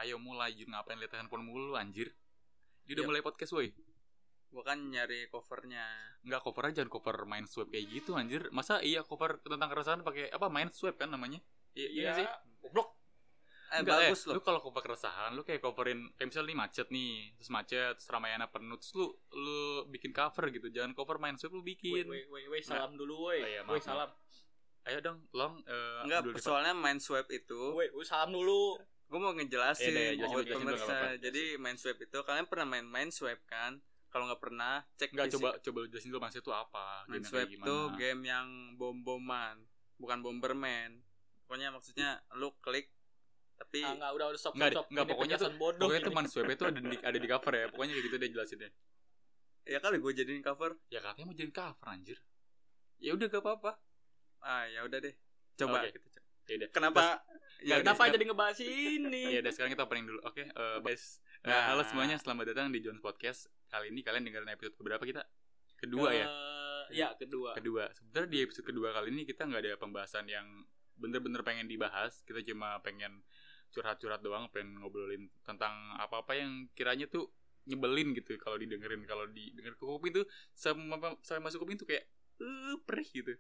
Ayo mulai anjir, ngapain lihat handphone mulu anjir. Dia udah mulai podcast woi. Gua kan nyari covernya. Enggak, cover aja, jangan cover Mindsweep kayak gitu anjir. Masa iya cover tentang keresahan pakai apa Mindsweep kan namanya? Iya sih. Goblok. Enggak, bagus loh. Lu kalau cover keresahan lu kayak coverin kayak misalnya nih macet nih, terus Ramayana penuh, terus lu bikin cover gitu. Jangan cover Mindsweep lu bikin. Woi, salam dulu woi. Oh, iya, Woi, maaf. salam. Ayo dong, tolong Enggak, soalnya Mindsweep itu. Woi, salam dulu. Gue mau ngejelasin buat jelasin pemirsa. Jadi Mindsweep itu kalian pernah main Mindsweep kan? Kalau nggak pernah, cek. Enggak, coba jelasin dulu Mindsweep itu apa. Mindsweep itu game yang bom-boman, bukan Bomberman. Pokoknya maksudnya lu klik tapi enggak, udah stop. Enggak, pokoknya itu Mindsweep itu ada di cover ya. Pokoknya kayak gitu deh jelasinnya. Ya kali gue jadiin cover. Ya katanya mau jadiin cover anjir. Ya udah gak apa-apa. Ya udah deh. Coba kita coba. Ya udah. Kenapa jadi ngebahas ini? Ya udah, sekarang kita opening dulu. Oke, guys. Halo semuanya, selamat datang di Jones Podcast. Kali ini kalian dengerin episode keberapa kita? Kedua ya? Ya, kedua. Sebenarnya di episode kedua kali ini kita nggak ada pembahasan yang bener-bener pengen dibahas. Kita cuma pengen curhat-curhat doang, pengen ngobrolin tentang apa-apa yang kiranya tuh nyebelin gitu kalau didengar ke kuping tuh sampai masuk kuping tuh kayak perih gitu.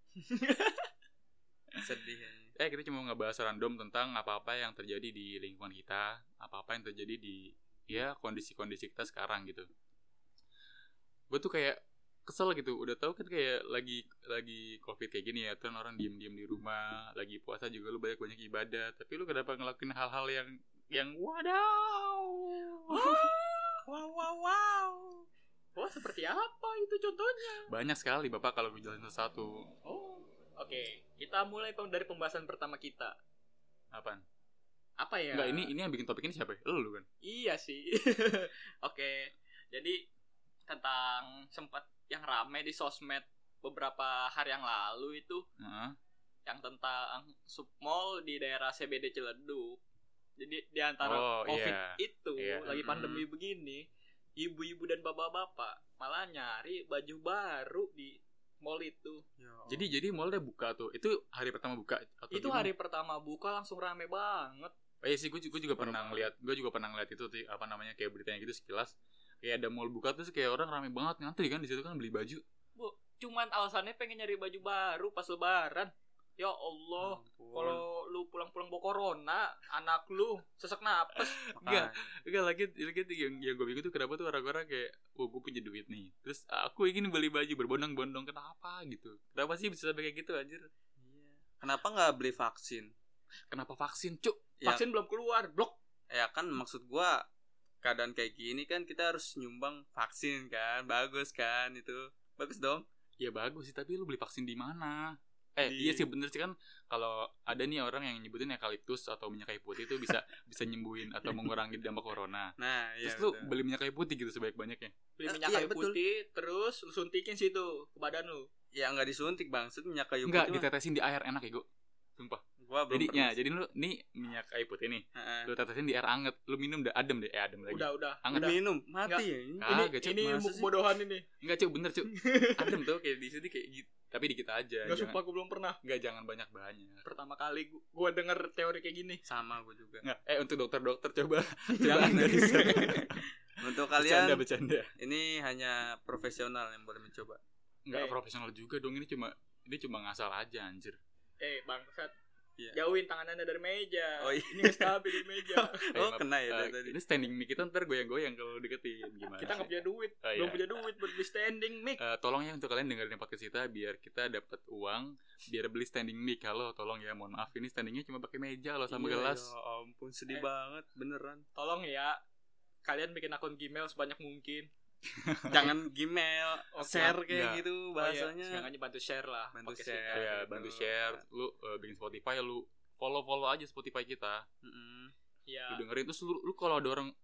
Sedih. Kita cuma ngebahas random tentang apa-apa yang terjadi di lingkungan kita, apa-apa yang terjadi di kondisi-kondisi kita sekarang gitu. Gue tuh kayak kesel gitu, udah tahu kan kayak lagi covid kayak gini ya, tuh orang diem di rumah, lagi puasa juga lu banyak ibadah, tapi lu kenapa ngelakuin hal-hal yang wow. Wah, seperti apa itu contohnya? Banyak sekali Bapak kalau gue jelasin satu. Oke. Kita mulai dari pembahasan pertama kita. Apaan? Apa ya? Enggak, ini yang bikin topik ini siapa ya? Lu kan? Iya sih. Oke. Jadi tentang sempat yang rame di sosmed beberapa hari yang lalu itu, yang tentang submall di daerah CBD Ciledug. Jadi di antara COVID itu lagi pandemi begini, ibu-ibu dan bapak-bapak malah nyari baju baru di mall itu. Jadi mallnya buka tuh. Itu hari pertama buka atau itu gimana? Hari pertama buka langsung rame banget. Iya sih, gue juga pernah ngeliat. Gue juga pernah ngeliat itu apa namanya, kayak beritanya gitu sekilas. Kayak ada mall buka terus kayak orang rame banget ngantri kan di situ kan beli baju. Bu, cuman alasannya pengen nyari baju baru pas lebaran. Ya Allah, kalau lu pulang-pulang bawa corona, anak lu sesak napas. Enggak lagi yang gue bingung tuh kenapa tuh orang-orang kayak, gue punya duit nih, terus aku ingin beli baju berbondong-bondong, kenapa gitu? Kenapa sih bisa sampai kayak gitu anjir? Iya. Kenapa nggak beli vaksin? Kenapa vaksin, cuk? Vaksin belum keluar, blok. Ya kan maksud gue, keadaan kayak gini kan kita harus nyumbang vaksin kan, bagus kan itu, bagus dong. Ya bagus sih, tapi lu beli vaksin di mana? Iya sih bener sih kan, kalau ada nih orang yang nyebutin eukaliptus atau minyak kayu putih itu bisa nyembuhin atau mengurangi dampak corona. Nah, iya. Terus lu beli minyak kayu putih gitu sebanyak-banyaknya. Beli minyak kayu putih, terus lu suntikin situ ke badan lu. Ya enggak disuntik maksud minyak kayu putih. Enggak, ditetesin di air enak ya, Go. Sumpah. Gua belum pernah. Jadi lu nih minyak kayu putih nih. Lu tetesin di air anget, lu minum adem lagi. Udah. Anget. Minum, mati ya. Ini bodohan ini. Enggak, Cuk, bener, Cuk. Adem tuh kayak di sini kayak gitu. Tapi dikit aja. Enggak, sumpah gue belum pernah. Enggak, jangan banyak. Pertama kali gue denger teori kayak gini. Sama gue juga. Enggak, untuk dokter-dokter coba jangan dari saya. Untuk kalian bercanda. Ini hanya profesional yang boleh mencoba. Enggak profesional juga dong, ini cuma ngasal aja anjir. Bangsat. Yeah. Jauhin tangannya dari meja. Oh iya. Ini gak stabil di meja. Kena ya tadi. Ini standing mic kita ntar goyang-goyang kalau deketin. Gimana? Kita gak punya duit. Belum punya duit buat beli standing mic. Tolong ya untuk kalian dengerin podcast kita biar kita dapat uang biar beli standing mic. Halo, tolong ya, mohon maaf ini standingnya cuma pakai meja loh sama gelas. Ya ampun, sedih banget beneran. Tolong ya, kalian bikin akun Gmail sebanyak mungkin. Jangan Gmail, share kayak gitu bahasanya. Sengaja bantu share lah. Bantu share. Ya, bantu share. Lu bikin Spotify, lu follow aja Spotify kita. Iya. Lu dengerin terus lu kalau ada orang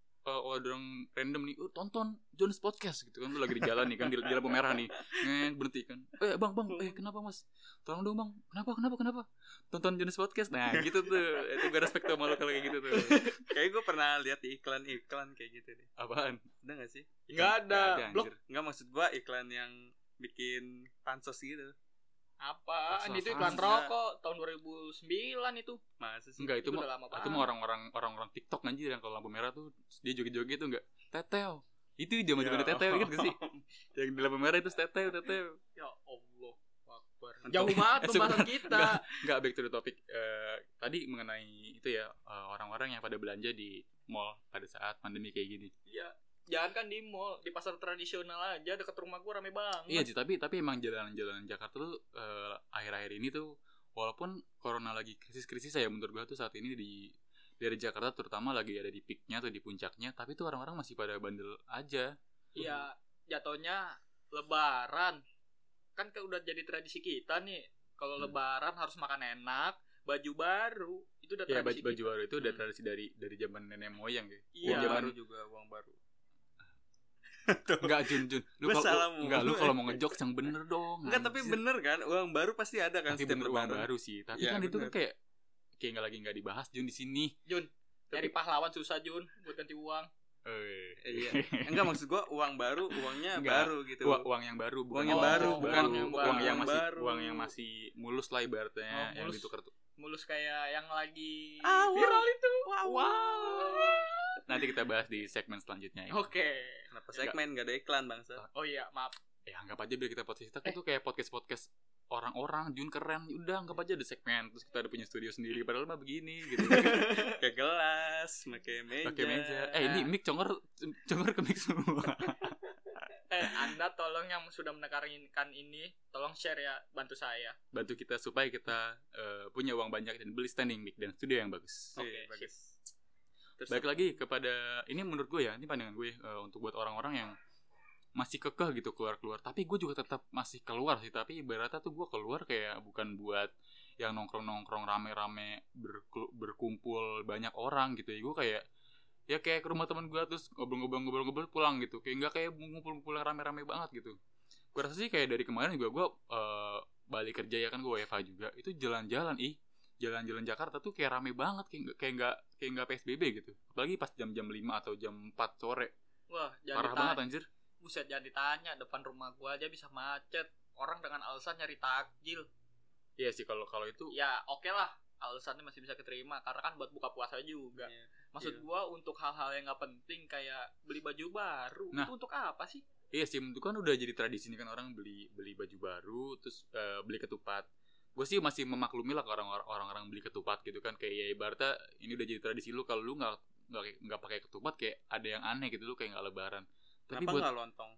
random nih, tonton Jones Podcast gitu kan, lu lagi di jalan nih kan, di lampu merah nih, berhenti kan, bang, kenapa mas, tolong dong bang, kenapa, tonton Jones Podcast, nah gitu tuh, itu gue respect sama lu kalau kayak gitu tuh. Kayak gue pernah lihat di iklan kayak gitu deh. Apaan? Udah nggak sih? Nggak ada, blok. Nggak, maksud gue iklan yang bikin pansos gitu. Apaan itu Apaan iklan sih? rokok tahun 2009 itu. Masa sih? Enggak, itu Itu mah udah lama itu mah orang-orang TikTok anjir yang kalau lampu merah tuh dia joget-joget tuh enggak. Teteo. Itu zaman-zaman teteo gitu gak sih? Yang di lampu merah itu teteo. Ya Allah Akbar. Untuk- Jauh banget pembahasan kita. Enggak, back to the topic. Tadi mengenai itu ya, orang-orang yang pada belanja di mall pada saat pandemi kayak gini. Iya. Jangan kan di mall, di pasar tradisional aja dekat rumah gua rame banget. Iya sih, tapi emang jalanan-jalanan Jakarta tuh akhir-akhir ini tuh walaupun corona lagi krisis-krisis ya menurut gua tuh saat ini di daerah Jakarta terutama lagi ada di peaknya atau di puncaknya, tapi tuh orang-orang masih pada bandel aja. Iya, jatuhnya lebaran. Kan udah jadi tradisi kita nih. Kalau lebaran harus makan enak, baju baru. Itu udah Ya tradisi baju kita. baru itu udah tradisi dari zaman nenek moyang ya. Iya. Uang Zaman- baru juga, uang baru. Enggak Jun. Lu Gua kalau salah mulu. enggak lu kalau mau ngejokes yang bener dong. Enggak, tapi anjir. bener kan, uang baru pasti ada kan Tapi setiap bener uang lebaran. baru sih. Tapi Iya, kan itu bener. kan kayak nggak dibahas Jun di sini. Jun, dari pahlawan susah Jun buat ganti uang. Iya. Enggak, maksud gua uang baru, uangnya Enggak. baru gitu. Uang yang baru, Uang yang Oh, baru, uang bukan yang uang yang baru. masih Baru. uang yang masih mulus lah ibaratnya, yang Mulus. ditukar tuh. Mulus kayak yang lagi Ah, viral itu. Wow. Nanti kita bahas di segmen selanjutnya ya. Oke. Kenapa segmen gak ada iklan, Bangsa? Oh iya, maaf. Ya anggap aja biar kita podcast kita tuh kayak podcast orang-orang Jun keren. Udah anggap aja ada segmen terus kita ada punya studio sendiri padahal mah begini gitu. Pakai gelas, pakai meja. Pakai meja. Ini mic congor ke mic semua. Anda tolong yang sudah menekankan ini, tolong share ya, bantu saya. Bantu kita supaya kita punya uang banyak dan beli standing mic dan studio yang bagus. Oke, Oke, bagus. Terus Baik lagi kepada ini menurut gue ya, ini pandangan gue untuk buat orang-orang yang masih kekeh gitu keluar-keluar. Tapi gue juga tetap masih keluar sih. Tapi ibaratnya tuh gue keluar kayak bukan buat yang nongkrong-nongkrong rame-rame berkumpul banyak orang gitu. Ya gue kayak ke rumah teman gue terus ngobrol-ngobrol pulang gitu. Kayak nggak kayak ngumpul-ngumpul rame-rame banget gitu. Gue rasa sih kayak dari kemarin juga gue balik kerja ya kan gue WFH juga. Itu jalan-jalan jalan-jalan Jakarta tuh kayak rame banget kayak nggak PSBB gitu. Apalagi pas jam-jam 5 atau jam 4 sore. Wah, Parah banget anjir. Buset, jangan ditanya, depan rumah gua aja bisa macet. Orang dengan alasan nyari takjil. Iya sih kalau itu Ya, oke lah. Alasannya masih bisa keterima karena kan buat buka puasa juga. Iya. Maksud Iya. gua untuk hal-hal yang nggak penting kayak beli baju baru, Nah. itu untuk apa sih? iya sih itu kan udah jadi tradisi nih kan orang beli baju baru terus beli ketupat. Gue sih masih memaklumi lah ke orang-orang beli ketupat gitu kan kayak ya ibaratnya ini udah jadi tradisi lu kalau lu nggak pakai ketupat kayak ada yang aneh gitu lu kayak nggak lebaran. Tapi Kenapa buat nggak lontong?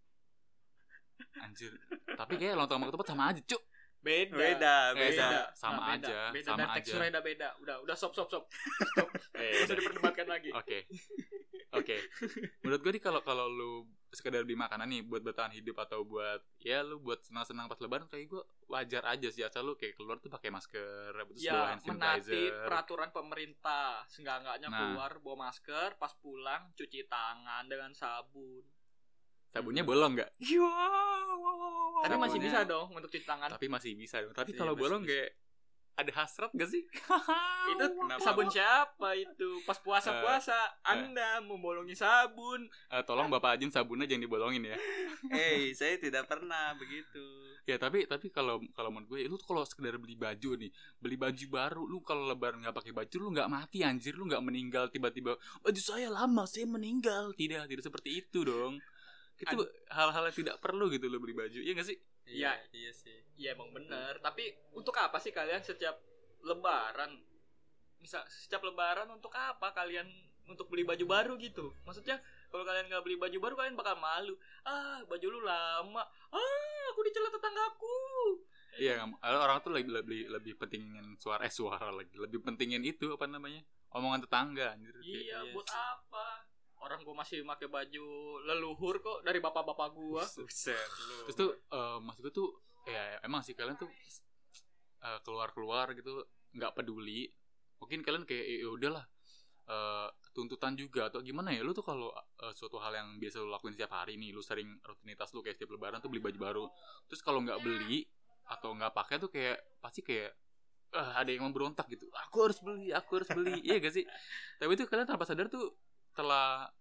anjir. Tapi kayak lontong sama ketupat sama aja, Cuk. Beda. Sama beda. aja, Beda sama dan aja. teksturnya udah beda. Udah stop. Stop. Eh, Gak usah diperdebatkan lagi. Oke. Menurut gue nih kalau lu sekedar beli makanan nih buat bertahan hidup atau buat ya lu buat senang-senang pas lebaran kayak gue wajar aja sih asal lu kayak keluar tuh pakai masker terus bawa Ya, hand menaati sanitizer. peraturan pemerintah. Seenggak-enggaknya Nah. keluar bawa masker, pas pulang cuci tangan dengan sabun. Sabunnya bolong nggak? Tapi masih Sabunnya- bisa dong untuk cuci tangan. Tapi masih bisa dong. Tapi Iya, kalau masih bolong bisa. kayak ada hasrat gak sih? Itu Kenapa? sabun siapa itu? Pas puasa-puasa Anda membolongi sabun. Tolong Bapak Ajin sabunnya jangan dibolongin ya. Saya tidak pernah begitu. Ya tapi kalau menurut gue lu tuh kalau sekedar beli baju nih, beli baju baru, lu kalau lebaran nggak pakai baju lu nggak mati anjir, lu nggak meninggal tiba-tiba baju saya lama saya meninggal. Tidak seperti itu dong. Itu hal-hal yang tidak perlu gitu lo beli baju. Iya nggak sih? Iya. Iya sih. Iya emang bener. Tapi untuk apa sih kalian setiap lebaran? Setiap lebaran untuk apa kalian untuk beli baju baru gitu? Maksudnya kalau kalian nggak beli baju baru kalian bakal malu. Baju lu lama. Aku dicela tetanggaku. Iya, orang tuh lebih pentingin suara lagi. Lebih pentingin itu apa namanya? Omongan tetangga anjir. Iya, Iya buat sih. apa? Orang gua masih pakai baju leluhur kok dari bapak-bapak gua. Buset lu. Terus tuh maksud gue tuh ya emang sih kalian tuh keluar gitu nggak peduli. Mungkin kalian kayak ya udahlah tuntutan juga atau gimana ya, lu tuh kalau suatu hal yang biasa lu lakuin setiap hari nih, lu sering rutinitas lu kayak setiap lebaran tuh beli baju baru, terus kalau nggak beli atau nggak pakai tuh kayak pasti kayak ada yang memberontak gitu, aku harus beli iya gak sih? Tapi itu kalian tanpa sadar tuh telah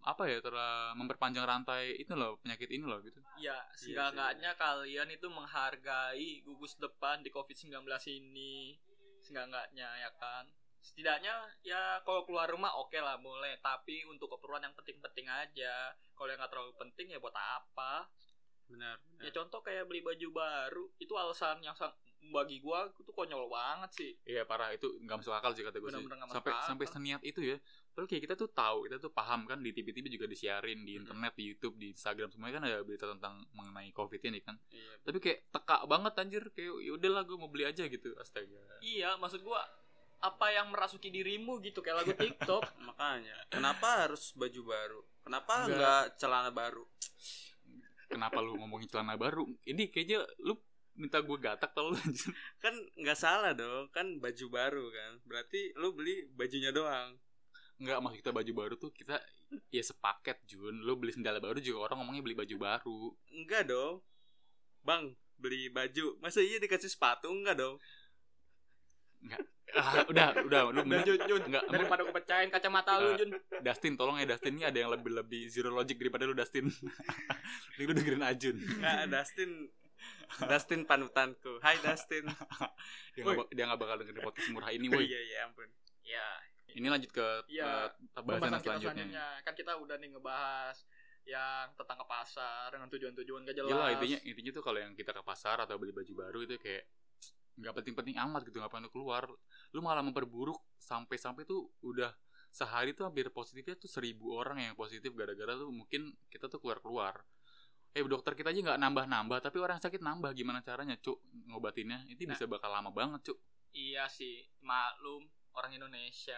telah memperpanjang rantai itu loh, penyakit ini loh gitu. Ya, seenggaknya kalian itu menghargai gugus depan di COVID-19 ini. Seenggaknya ya kan. Setidaknya ya kalau keluar rumah oke lah boleh, tapi untuk keperluan yang penting-penting aja. Kalau yang nggak terlalu penting ya buat apa? Benar. Ya contoh kayak beli baju baru, itu alasan yang bagi gua itu konyol banget sih. Iya parah, itu nggak masuk akal sih kata gue sih. Sampai seniat itu ya. Padahal kayak kita tuh tahu, kita tuh paham kan, di TV-TV juga disiarin, di internet, di YouTube, di Instagram semuanya kan ada berita tentang mengenai COVID ini kan. Iya. Tapi kayak teka banget anjir, kayak yaudahlah gue mau beli aja gitu. Astaga. Iya, maksud gua apa yang merasuki dirimu gitu kayak lagu TikTok. Makanya kenapa harus baju baru, kenapa enggak celana baru? Kenapa lu ngomongin celana baru? Ini kayaknya lu minta gue gatak tau lu. Kan nggak salah dong, kan baju baru kan, berarti lu beli bajunya doang. Enggak, maksud kita baju baru tuh kita ya sepaket Jun. Lu beli sendal baru juga orang ngomongnya beli baju baru. Enggak dong bang, beli baju masa iya dikasih sepatu? Enggak dong. Enggak. Udah lu Jun. Enggak, daripada gue pecahin kacamata lu Jun. Dustin, tolong ya Dustin, ini ada yang lebih zero logic daripada lu Dustin. Lu dengerin Ajun. Enggak, Dustin panutanku. Hai Dustin. Dia gak bakal dengerin podcast murah ini woy. Iya ampun. Ya. Ini lanjut ke bahasan selanjutnya. Kan kita udah nih ngebahas yang tentang ke pasar dengan tujuan-tujuan gak jelas. Yalah, intinya tuh kalau yang kita ke pasar atau beli baju baru itu kayak nggak penting-penting amat gitu, nggak perlu keluar. Lu malah memperburuk sampai tuh udah sehari tuh hampir positifnya tuh 1.000 orang yang positif gara-gara tuh mungkin kita tuh keluar. Dokter kita aja nggak nambah, tapi orang sakit nambah. Gimana caranya, Cuk, ngobatinnya? Itu bisa bakal lama banget, Cuk. Iya sih, maklum orang Indonesia.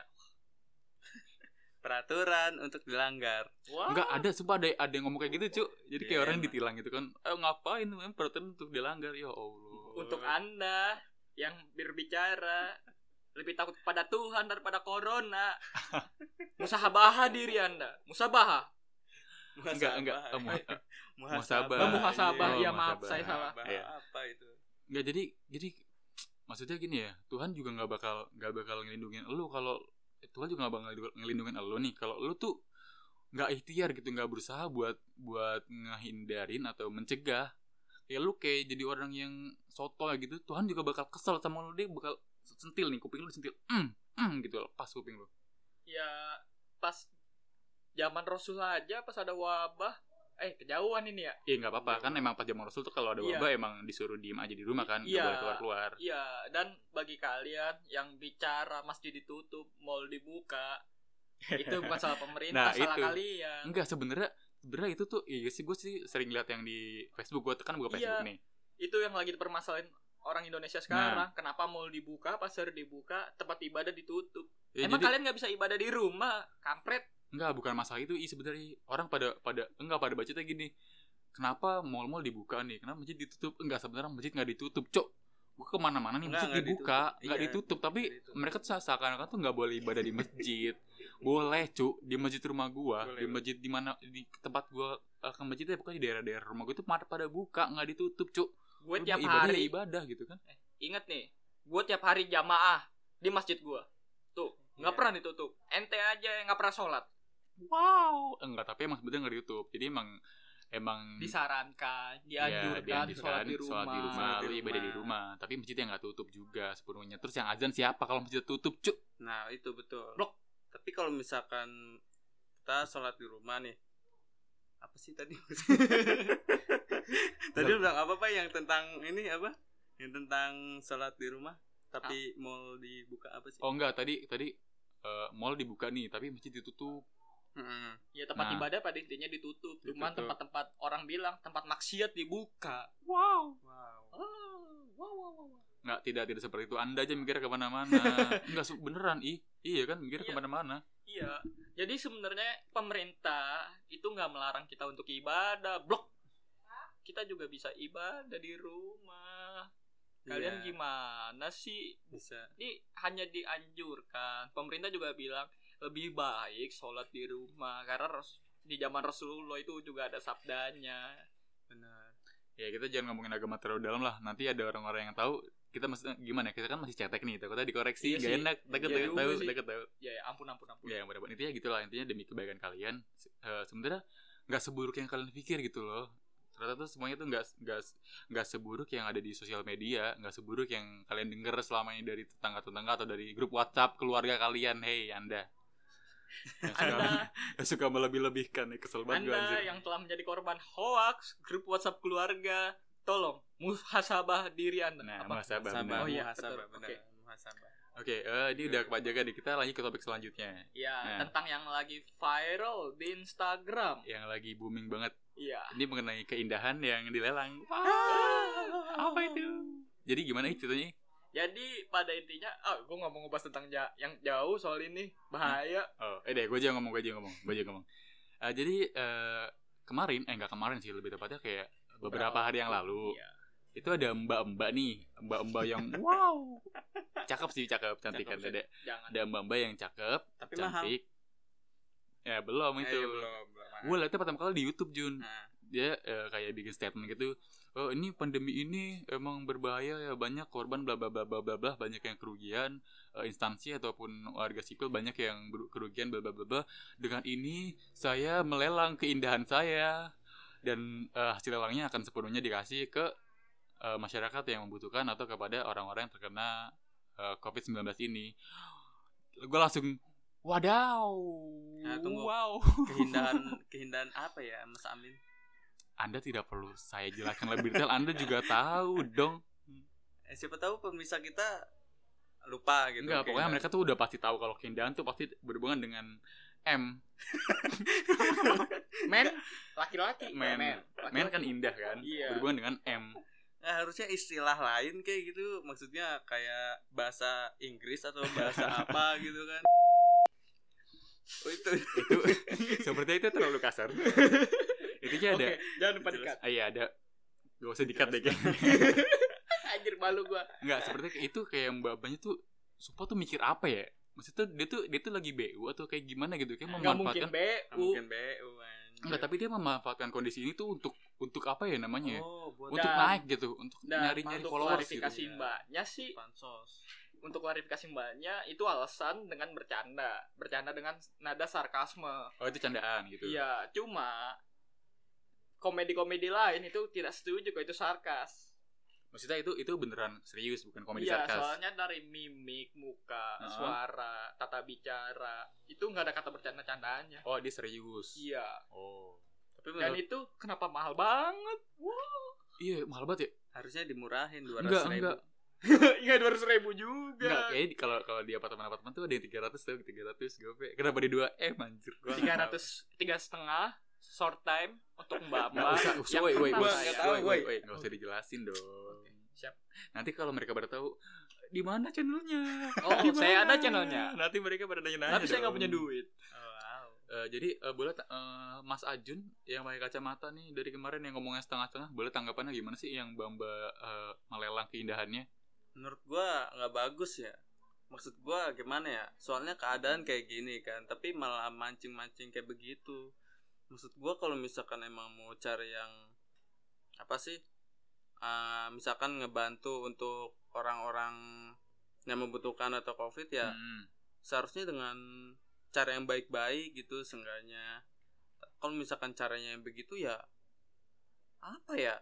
Peraturan untuk dilanggar. Wow. Enggak ada, sumpah ada yang ngomong kayak gitu, Cuk. Jadi kayak orang ditilang gitu kan. Ngapain peraturan untuk dilanggar? Ya Allah. Untuk Anda yang berbicara lebih takut pada Tuhan daripada corona. Musahabah diri Anda. Musahabah. Enggak. Muhasabah. Ya maaf, saya salah. Apa itu? Enggak, jadi maksudnya gini ya, Tuhan juga nggak bakal ngelindungin lu kalau Tuhan juga nggak bakal ngelindungin lu nih kalau lu tuh nggak ikhtiar gitu, nggak berusaha buat ngehindarin atau mencegah. Ya lu kayak jadi orang yang soto gitu, Tuhan juga bakal kesel sama lu, dia bakal sentil nih kuping lu, sentil gitu lepas kuping lu. Ya pas zaman Rasul aja pas ada wabah, kejauhan ini ya. Iya nggak apa-apa kan, emang pas zaman Rasul tuh kalau ada wabah emang disuruh diem aja di rumah kan, nggak boleh keluar. Iya, dan bagi kalian yang bicara masjid ditutup, mall dibuka, itu bukan salah pemerintah, salah kalian. Enggak, sebenarnya itu tuh iya sih, gue sih sering lihat yang di Facebook, gue kan buka Facebook nih. Itu yang lagi dipermasalahin orang Indonesia sekarang. Kenapa mall dibuka, pasar dibuka, tempat ibadah ditutup? Emang kalian nggak bisa ibadah di rumah, kampret? Enggak, bukan masalah itu. Sebenarnya orang pada bacanya gini. Kenapa mall-mall dibuka nih? Kenapa masjid ditutup? Enggak, sebenarnya masjid nggak ditutup, Cok. Gue kemana-mana nih masjid dibuka, nggak ditutup. Tapi mereka tuh seakan-akan tuh nggak boleh ibadah di masjid. Boleh, Cuk, di masjid rumah gua, di masjid di mana, di tempat gua ke masjidnya, pokoknya di daerah-daerah rumah gua tuh pada buka, nggak ditutup, Cuk. Gue tiap hari ibadah gitu kan. Ingat nih, gue tiap hari jamaah di masjid gua. Tuh, nggak pernah ditutup. Ente aja yang nggak pernah sholat. Wow, enggak, tapi emang sebenarnya nggak ditutup. Jadi emang disarankan, dianjurkan sholat di rumah, lu ibadah di rumah. Tapi masjidnya nggak tutup juga sepenuhnya. Terus yang azan siapa kalau masjid tutup, Cuk? Nah itu betul. Blok. Tapi kalau misalkan kita sholat di rumah nih, apa sih tadi? Tadi bilang apa Pak yang tentang ini apa? Yang tentang sholat di rumah tapi mall dibuka apa sih? Oh enggak, tadi mall dibuka nih tapi masjid ditutup. Ya tempat ibadah pada intinya ditutup. Cuman tempat-tempat orang bilang tempat maksiat dibuka. Wow. Nggak, tidak seperti itu. Anda aja mikir kemana-mana. Enggak, beneran iya kan, mikir kemana-mana. Iya, jadi sebenarnya pemerintah itu nggak melarang kita untuk ibadah, blok. Kita juga bisa ibadah di rumah. Kalian gimana sih? Bisa. Ini hanya dianjurkan. Pemerintah juga bilang lebih baik sholat di rumah karena di zaman Rasulullah itu juga ada sabdanya. Benar. Ya kita jangan ngomongin agama terlalu dalam lah. Nanti ada orang-orang yang tahu kita maksudnya gimana? Kita kan masih cetek nih, takutnya dikoreksi, Iya gak sih. enak, takut Iya juga sih. tahu. Ya ampun. Ya, benar-benar intinya gitulah, intinya demi kebaikan kalian. Sebenarnya nggak seburuk yang kalian pikir gitu loh. Ternyata tuh semuanya tuh nggak seburuk yang ada di sosial media, nggak seburuk yang kalian dengar selama ini dari tetangga-tetangga atau dari grup WhatsApp keluarga kalian. Hei Anda yang suka melebih-lebihkan, kesel banget gue, Anda anjir. yang telah menjadi korban hoax grup WhatsApp keluarga, tolong muhasabah diri Anda. Nah, Apa? muhasabah, Muhasabah, benar. Oh iya, muhasabah, betul. benar. Oke. Muhasabah. Oke, ini udah kepanjangan nih. Kita lanjut ke topik selanjutnya. Ya, Nah. tentang yang lagi viral di Instagram. Yang lagi booming banget. Iya. Ini mengenai keindahan yang dilelang. Apa itu? Jadi gimana ceritanya? Jadi pada intinya, gue nggak mau ngebahas tentang yang jauh soal ini, bahaya. Oh, deh, gue aja ngomong. Jadi kemarin, nggak kemarin sih, lebih tepatnya kayak beberapa hari yang lalu. Iya. Itu ada mbak-mbak nih, mbak-mbak yang wow, cantik kan, Cakep, Jangan. ada mbak-mbak yang cakep, Tapi mahal. cantik. Ya belum itu. Belum. Gue liatnya pertama kali di YouTube, Jun. Nah, Dia kayak bikin statement gitu. Oh, ini pandemi ini emang berbahaya ya, banyak korban bla bla bla bla bla bla, banyak yang kerugian, instansi ataupun warga sipil banyak yang kerugian bla bla bla bla. Dengan ini saya melelang keindahan saya dan hasil lelangnya akan sepenuhnya dikasih ke masyarakat yang membutuhkan atau kepada orang-orang yang terkena COVID-19 ini. Gue langsung wadaw. Nah, tunggu. Wow. Keindahan apa ya, Mas Amin? Anda tidak perlu saya jelaskan lebih detail, Anda juga tahu dong. Siapa tahu pemirsa kita lupa gitu. Enggak, pokoknya mereka tuh udah pasti tahu kalau keindahan tuh pasti berhubungan dengan M. Men, laki-laki. Men Laki-laki. kan indah kan? Iya. Berhubungan dengan M. Nah, harusnya istilah lain kayak gitu, maksudnya kayak bahasa Inggris atau bahasa apa gitu kan. Oh itu Sepertinya itu terlalu kasar. Intinya ada. Oke, jangan lupa dikat. Iya, ada. Gak usah dikat deh kayaknya. Anjir, malu gua. Enggak, sepertinya itu kayak mbak-mbaknya tuh sumpah tuh mikir apa ya? Maksudnya dia tuh lagi BU atau kayak gimana gitu, kayak Enggak mungkin memanfaatkan. mungkin BU anjir. Enggak, tapi dia memanfaatkan kondisi ini tuh untuk apa ya namanya ya? Oh, buat Untuk Dan- naik gitu, untuk nyari-nyari untuk followers gitu. klarifikasi mbaknya sih, pansos. untuk klarifikasi mbaknya itu alasan dengan bercanda dengan nada sarkasme. Oh, itu candaan gitu. Iya, cuma komedi-komedi lain itu tidak setuju kalau itu sarkas. Maksudnya itu beneran serius, bukan komedi Iya, sarkas. soalnya dari mimik, muka, suara, tata bicara itu nggak ada kata bercanda-candaannya. Oh, dia serius. Iya. Oh. Tapi Dan menurut itu kenapa mahal banget? Iya, mahal banget ya? harusnya dimurahin 200.000. Enggak. Iya 200.000 juga. Enggak, kayaknya kalau di apartemen tuh ada yang 300 tuh, 300 gope. Kenapa di 2M anjir? Gua 3,5 short time untuk mbak-mbak. Enggak usah, yang woi, kenal gua saya. nggak tahu, woi. enggak usah dijelasin dong. Oke, siap. Nanti kalau mereka pada tahu di mana channelnya? Oh, Di saya mana? ada channelnya. Nanti mereka pada nanya-nanya. Tapi saya nggak dong. punya duit. Oh, wow. Jadi boleh Mas Ajun yang pakai kacamata nih dari kemarin yang ngomongnya setengah-setengah, boleh tanggapannya gimana sih yang Mbak melelang keindahannya? Menurut gua nggak bagus ya. Maksud gua gimana ya? Soalnya keadaan kayak gini kan, tapi malah mancing-mancing kayak begitu. Maksud gua kalau misalkan emang mau cari yang apa sih? Misalkan ngebantu untuk orang-orang yang membutuhkan atau COVID ya, seharusnya dengan cara yang baik-baik gitu seenggaknya. Kalau misalkan caranya yang begitu ya apa ya?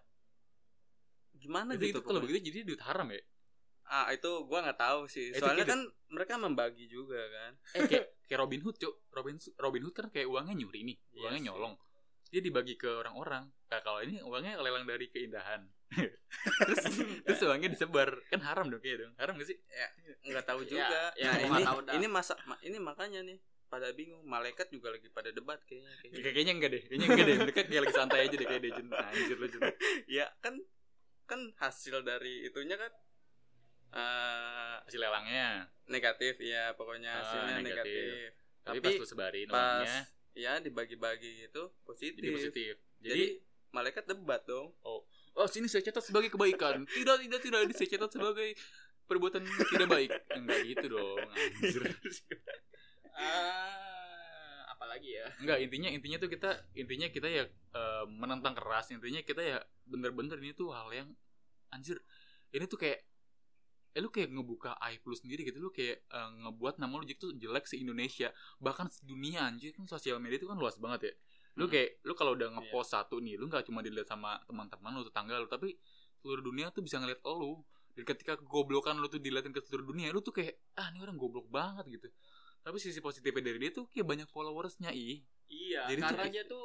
Gimana Itu gitu kalau pokoknya. begitu jadi duit haram ya? Itu gua nggak tahu sih. Itu Soalnya kayak kan mereka membagi juga kan. Kayak Robin Hood, Cuk. Robin Hood kan kayak uangnya nyuri nih, Iya uangnya sih. nyolong. Dia dibagi ke orang-orang. Nah, kalau ini uangnya lelang dari keindahan. terus uangnya disebar. Kan haram dong kayaknya dong. Haram gak sih? Nggak tahu juga. ya, Nah, gua nggak tahu dah. ini makanya nih pada bingung. Malaikat juga lagi pada debat kayaknya. Kayaknya enggak deh. Mereka kayak lagi santai aja deh kayak Dejun. Anjir lu, Jun. Ya kan hasil dari itunya kan Hasil lelangnya. negatif ya, pokoknya hasilnya negatif. negatif. Tapi pas lu sebarin pas uangnya ya dibagi-bagi gitu positif. jadi positif. Jadi malaikat debat dong. Oh, sini saya catat sebagai kebaikan. Tidak, ini saya catat sebagai perbuatan tidak baik. Enggak gitu dong. Anjir. Apalagi ya? Enggak, intinya tuh kita ya menentang keras. Intinya kita ya bener-bener ini tuh hal yang anjir. Ini tuh kayak lu kayak ngebuka aib lu sendiri gitu, lu kayak ngebuat nama lu tuh jelek se-Indonesia, bahkan sedunia anjir. Kan sosial media itu kan luas banget ya. Lu kayak lu kalau udah ngepost satu nih, lu enggak cuma dilihat sama teman-teman lu, tetangga lu, tapi seluruh dunia tuh bisa ngeliat lu. Dan ketika kegoblokan lu tuh dilihatin ke seluruh dunia, lu tuh kayak ini orang goblok banget gitu. Tapi sisi positifnya dari dia tuh kayak banyak followersnya. Iya, jadi karena tuh, dia tuh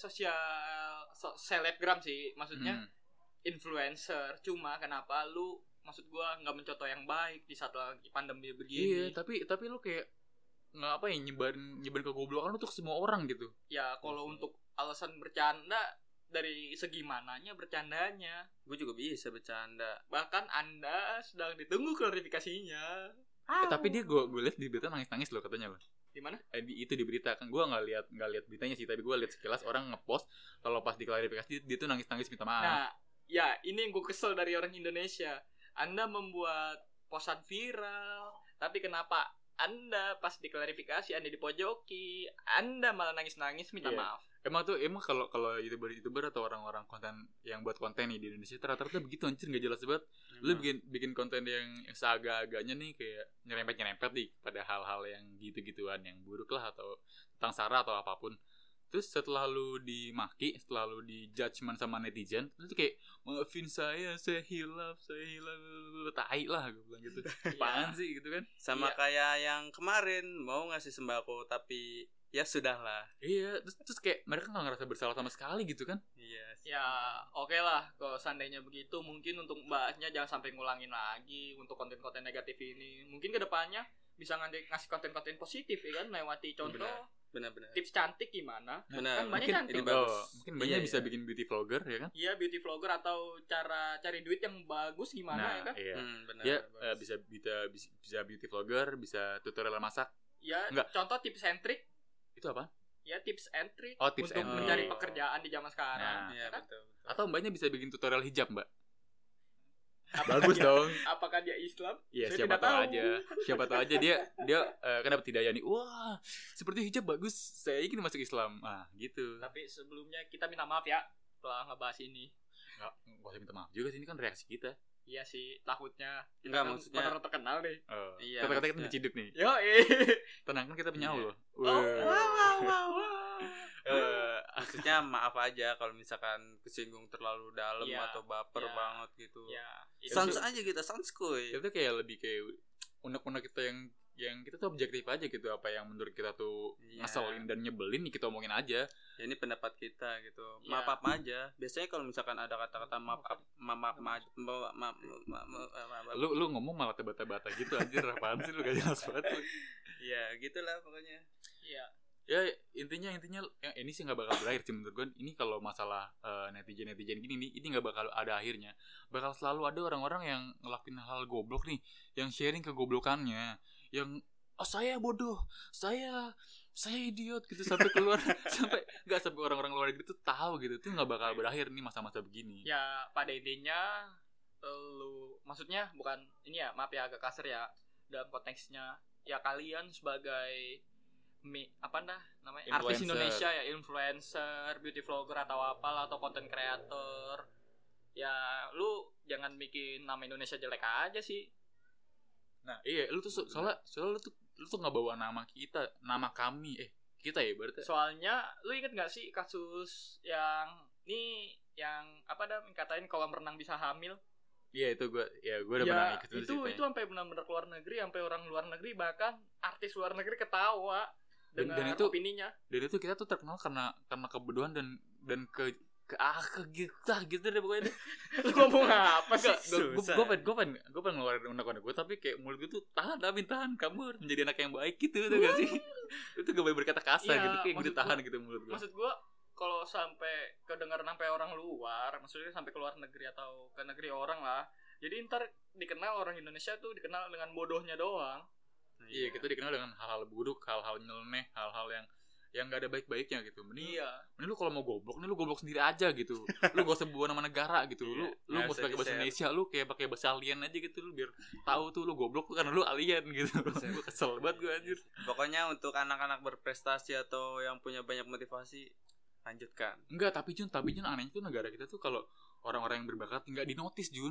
selebgram sih, maksudnya influencer. Cuma kenapa lu, maksud gua, nggak mencontoh yang baik di saat lagi pandemi begini? Iya, tapi lu kayak nggak apa ya, nyebarin kegoblokan lu tuh ke semua orang gitu. Ya kalau untuk alasan bercanda, dari segi mananya bercandanya? Gue juga bisa bercanda. Bahkan Anda sedang ditunggu klarifikasinya. Tapi dia gue lihat di berita nangis loh katanya loh. Di mana? Itu di berita kan, gue nggak lihat beritanya sih, tapi gue lihat sekilas orang ngepost kalau pas diklarifikasi dia tuh nangis minta maaf. Nah, ya ini yang gue kesel dari orang Indonesia. Anda membuat posan viral, tapi kenapa Anda pas diklarifikasi Anda dipojoki, Anda malah nangis minta maaf. Emang kalau YouTuber atau orang-orang konten yang buat konten nih di Indonesia rata-rata begitu anjir, nggak jelas banget. Lu bikin konten yang seagak-agaknya nih kayak nyerempet nih pada hal-hal yang gitu-gituan, yang buruk lah, atau tentang sara atau apapun. Terus setelah lu dimaki, setelah lu di-judgment sama netizen, lu tuh kayak, maafin saya hilaf, tai lah, gue bilang gitu. Apaan sih gitu kan? Sama kayak yang kemarin mau ngasih sembako tapi ya sudahlah. Iya, terus kayak mereka nggak ngerasa bersalah sama sekali gitu kan? Iya. Ya oke lah, kalau seandainya begitu mungkin untuk mbaknya jangan sampai ngulangin lagi untuk konten-konten negatif ini. Mungkin kedepannya bisa ngasih konten-konten positif ya kan, melewati contoh. Benar. Tips cantik gimana? Benar. Kan banyak cantik. Mungkin banyak bisa bikin beauty vlogger ya kan? Iya, beauty vlogger atau cara cari duit yang bagus gimana ya kan? Iya. Benar. Ya bisa beauty vlogger, bisa tutorial masak. Ya, enggak. Contoh tips and trick. Itu apa? Ya, tips and trick tips untuk and mencari trick. pekerjaan di zaman sekarang. Nah, iya kan? betul. Atau mbaknya bisa bikin tutorial hijab, Mbak. Apakah Bagus dong. Apakah dia Islam? Iya, Saya siapa tidak tahu aja. Siapa tahu aja dia kenapa tidak ya nih? Wah, seperti hijab bagus. Saya ingin masuk Islam. Gitu. Tapi sebelumnya kita minta maaf ya setelah ngebahas ini. Enggak usah minta maaf juga sih, ini kan reaksi kita. Iya sih, takutnya kita Enggak, kan maksudnya orang terkenal deh. Iya, Kata-kata kita maksudnya. diciduk nih. Yo, Tenang kan kita punya Allah. wow. Maksudnya maaf aja kalau misalkan kesinggung terlalu dalam Iya, atau baper iya. banget gitu. Ya, Sans aja kita, sans kuy. Itu kayak lebih kayak unek-unek kita yang kita tuh objektif aja gitu, apa yang menurut kita tuh Iya. ngeselin dan nyebelin nih kita omongin aja. Ya ini pendapat kita gitu. Iya. Maaf aja. Biasanya kalau misalkan ada kata-kata maaf Lu ngomong malah tebata-bata gitu anjir, apaan sih lu, gak jelas banget lu. ya gitulah pokoknya. Iya. Ya intinya yang ini sih nggak bakal berakhir sih menurut gue. Ini kalau masalah netizen gini nih, ini nggak bakal ada akhirnya. Bakal selalu ada orang-orang yang ngelakuin hal goblok nih, yang sharing kegoblokannya, yang saya bodoh, saya idiot gitu, sampai keluar sampai orang-orang luar negeri tuh tahu gitu. Itu nggak bakal berakhir nih masa-masa begini. Ya, pada intinya maksudnya bukan ini ya, maaf ya agak kasar ya dalam konteksnya. Ya kalian sebagai artis Indonesia ya, influencer, beauty vlogger atau apalah, atau content creator, ya lu jangan bikin nama Indonesia jelek aja sih. Nah iya, lu tuh soalnya lu tuh nggak bawa nama kami kita ya berarti. Soalnya lu inget nggak sih kasus yang katain kolam renang bisa hamil? Iya, itu gue udah pernah ikut itu sampai benar-benar keluar negeri, sampai orang luar negeri, bahkan artis luar negeri ketawa dengan opininya. Dan itu kita tuh terkenal karena kebodohan dan ke gitu deh pokoknya deh. Lu ngomong apa sih? Gue pengen ngeluarin unek-unek gue, tapi kayak mulut gue tuh tahan kamu harus menjadi anak yang baik gitu, tuh gak sih? Itu gak boleh berkata kasar gitu, kayak gitu tahan gitu mulut gue. Maksud gue kalau sampai kedengaran sampai orang luar, maksudnya sampai ke luar negeri atau ke negeri orang lah, jadi ntar dikenal orang Indonesia tuh dikenal dengan bodohnya doang. Iya, kita dikenal dengan hal-hal buruk, hal-hal nyeleneh, hal-hal yang nggak ada baik-baiknya gitu. Mending lu kalau mau goblok nih lu goblok sendiri aja gitu. Lu gak usah bawa nama negara gitu. Lu mau pakai bahasa Indonesia, lu kayak pakai bahasa alien aja gitu, lu biar tahu tuh lu goblok tuh karena lu alien gitu. Gue kesel banget gue anjir. Pokoknya untuk anak-anak berprestasi atau yang punya banyak motivasi, lanjutkan. Enggak, tapi Jun anehnya tuh negara kita tuh kalau orang-orang yang berbakat nggak dinotis, Jun.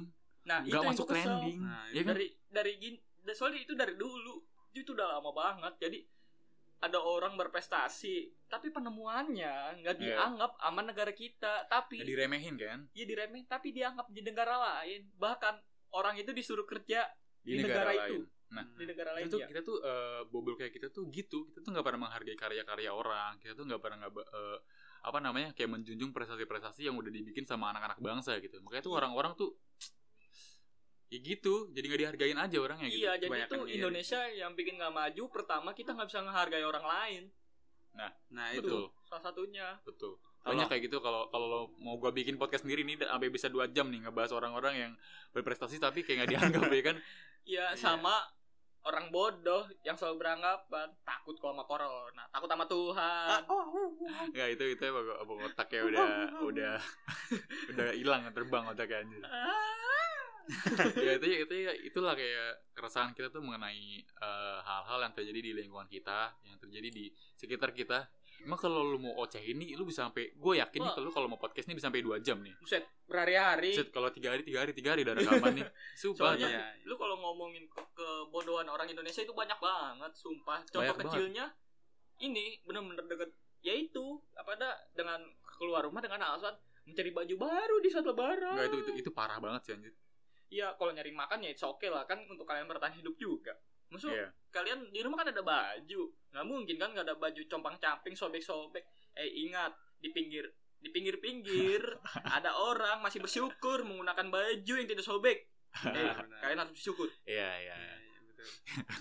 Nah, itu nggak yang masuk gua kesel. trending. Nah, Ya kan? Dari gini, soalnya itu dari dulu. Itu udah lama banget. Jadi ada orang berprestasi, tapi penemuannya nggak dianggap sama negara kita, tapi Nggak diremehin kan? iya diremehin, tapi dianggap di negara lain. Bahkan orang itu disuruh kerja di negara itu. lain. Nah, Di negara lain ya. kita tuh bobol kayak kita tuh gitu. Kita tuh nggak pernah menghargai karya-karya orang. Kita tuh nggak pernah kayak menjunjung prestasi-prestasi yang udah dibikin sama anak-anak bangsa gitu. Makanya tuh orang-orang tuh ya gitu, jadi nggak dihargain aja orangnya gitu. Iya, jadi Kebanyakan itu iya. Indonesia yang bikin nggak maju. Pertama, kita nggak bisa menghargai orang lain. Nah itu Betul. Salah satunya. Betul. Banyak kayak gitu. Kalau mau gua bikin podcast sendiri nih sampai bisa 2 jam nih ngebahas orang-orang yang berprestasi tapi kayak nggak dianggap ya kan. Iya, sama orang bodoh yang selalu beranggapan takut kalau sama corona, takut sama Tuhan. Nggak, itu emang otaknya udah hilang, terbang otaknya anjir. Ya itulah kayak keresahan kita tuh mengenai hal-hal yang terjadi di lingkungan kita, yang terjadi di sekitar kita. Emang kalau lu mau oceh ini, lu bisa sampai, gue yakin nih kalau mau podcast ini bisa sampai 2 jam nih. Buset, berhari-hari. Buset, kalau 3 hari udah rekaman nih. Sumpah. Soalnya Iya. lu kalau ngomongin kebodohan orang Indonesia itu banyak banget, sumpah. Contoh Banyak kecilnya ini bener-bener deket, yaitu dengan keluar rumah dengan alasan mencari baju baru di saat lebaran. Enggak, itu parah banget sih anjir. Iya, kalau nyari makan ya it's okay lah, kan untuk kalian bertahan hidup juga. Maksud Iya. kalian di rumah kan ada baju, nggak mungkin kan nggak ada baju compang-camping, sobek-sobek. Ingat di pinggir-pinggir ada orang masih bersyukur menggunakan baju yang tidak sobek. benar. Kalian harus bersyukur. Iya. Iya, betul.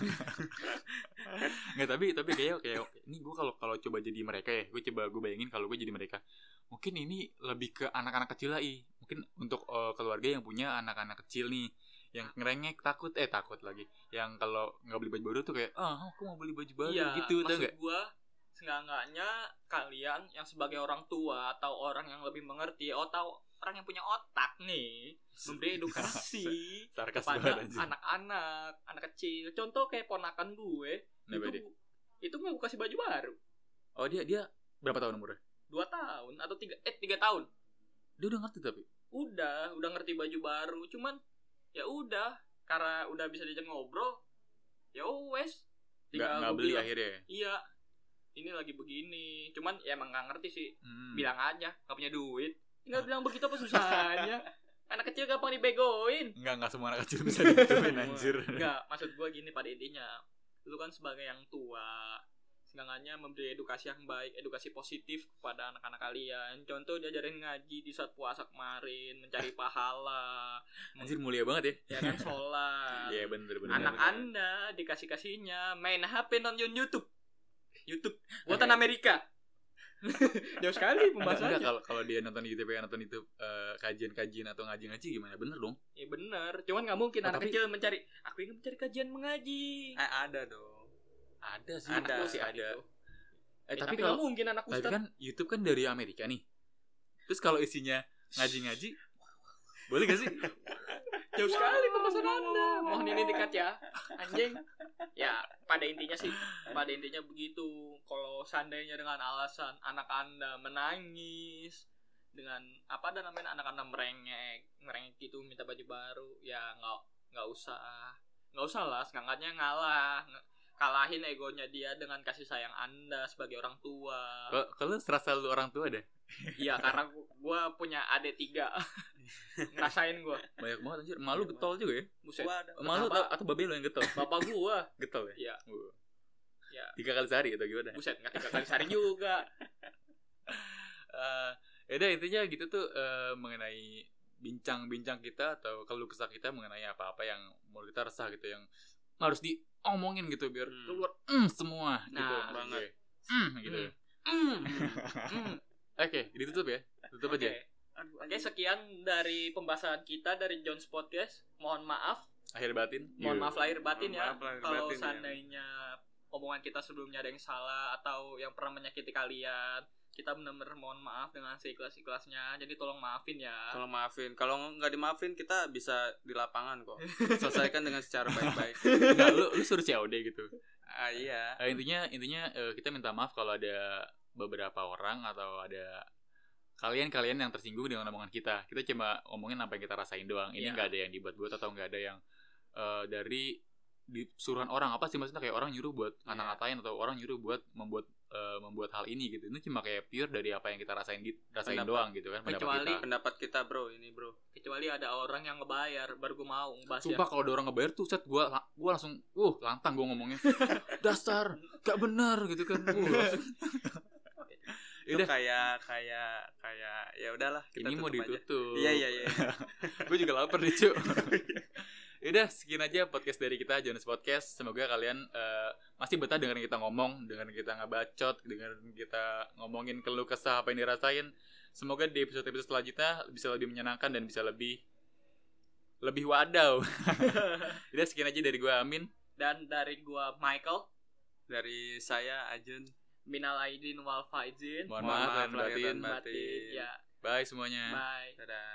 Nggak, tapi kayak ini gue kalau coba jadi mereka ya, gue bayangin kalau gue jadi mereka, mungkin ini lebih ke anak-anak kecil lah. Mungkin untuk keluarga yang punya anak-anak kecil nih, yang ngerengek takut lagi, yang kalau nggak beli baju baru tuh kayak aku mau beli baju baru gitu, tau maksud nggak? gue seenggak-enggaknya kalian yang sebagai orang tua atau orang yang lebih mengerti atau orang yang punya otak nih memberi edukasi Sarkas kepada banget anjir. anak kecil. Contoh kayak ponakan gue itu nggak gue kasih baju baru. Oh, dia berapa tahun umurnya? 2 tahun atau 3 tahun. Dia udah ngerti tapi Udah ngerti baju baru, cuman ya udah karena udah bisa diajak ngobrol, ya wes nggak gua beli bilang, akhirnya. iya ini lagi begini, cuman ya emang nggak ngerti sih. Bilang aja nggak punya duit, tinggal bilang begitu apa susahnya. Anak kecil gampang dibegoin. Nggak semua anak kecil bisa digituin anjir. Nggak, maksud gue gini, pada intinya lu kan sebagai yang tua seenggaknya memberi edukasi yang baik, edukasi positif kepada anak-anak kalian. Contoh diajarin ngaji di saat puasa kemarin, mencari pahala. Anjir, mulia banget ya. Ya kan, sholat. Iya, bener. Anak Anda dikasih-kasihnya main HP, nonton YouTube buatan Amerika. Jauh sekali pembahasannya. Enggak, kalau dia nonton di YouTube, kajian-kajian atau ngaji-ngaji gimana? Bener dong. Ya bener, cuman nggak mungkin anak tapi- kecil mencari. Aku ingin mencari kajian mengaji. Ada dong. Ada sih. Ada. Ustaz ada. itu. Tapi Tapi nggak kalau mungkin anak tapi ustaz. kan YouTube kan dari Amerika nih. Terus kalau isinya ngaji-ngaji, boleh gak sih? Jauh sekali pembahasan Anda. Mohon ini dikat ya, anjing. Ya, pada intinya begitu. Kalau seandainya dengan alasan anak Anda menangis dengan namanya anak Anda merengek gitu minta baju baru, ya nggak usah lah. Seenggaknya kalahin egonya dia dengan kasih sayang Anda sebagai orang tua. Kalau serasa lu orang tua deh. Iya, karena gue punya adik 3. Ngerasain gue. Banyak banget anjir. Malu getol juga ya. Buset. Malu atau babe lu yang getol? Bapak gue. Getol ya? Iya. Ya. 3 kali sehari atau gimana? Buset, nggak 3 kali sehari juga. Yaudah, intinya gitu tuh, mengenai bincang-bincang kita atau keluh kesah kita mengenai apa-apa yang menurut kita resah gitu, yang harus diomongin gitu biar keluar semua gitu. Nah, banget. Gitu. Oke, ditutup ya. Tutup aja. Oke, sekian dari pembahasan kita dari John's Podcast. Mohon maaf. Akhir batin. Mohon maaf lahir batin ya. Mohon maaf lahir Kalau batin, ya. seandainya omongan kita sebelumnya ada yang salah atau yang pernah menyakiti kalian, kita benar-benar mohon maaf dengan seikhlas-ikhlasnya. Jadi tolong maafin ya. Tolong maafin. Kalau nggak dimaafin kita bisa di lapangan kok. Selesaikan dengan secara baik-baik. Enggak, lu suruh COD gitu. Iya. Intinya kita minta maaf kalau ada beberapa orang atau ada kalian yang tersinggung dengan omongan kita cuma ngomongin apa yang kita rasain doang. Ini nggak ada yang dibuat-buat atau nggak ada yang dari disuruhan orang. Apa sih maksudnya, kayak orang nyuruh buat ngata-ngatain atau orang nyuruh buat membuat hal ini gitu. Ini cuma kayak pure dari apa yang kita rasain doang gitu kan. Pendapat kita bro, ini bro. Kecuali ada orang yang ngebayar baru gue mau ngebahas. Sumpah kalau ada orang ngebayar tuh set gue langsung lantang gue ngomongnya. Dasar gak benar gitu kan. Itu kayak ya udahlah, kita ini mau ditutup. Iya. Gue juga lapar nih, Cuk. Udah, sekian aja podcast dari kita, Jonas Podcast. Semoga kalian masih betah dengerin kita ngomong, dengerin kita ngebacot, dengerin kita ngomongin keluh kesah apa yang dirasain. Semoga di episode-episode selanjutnya bisa lebih menyenangkan dan bisa lebih wadaw. Udah, sekian aja dari gue, Amin. Dan dari gue, Michael. Dari saya, Ajun. Minal aidin wal faizin. Mohon maaf lahir dan batin. Ya. Bye semuanya. Bye. Dadah.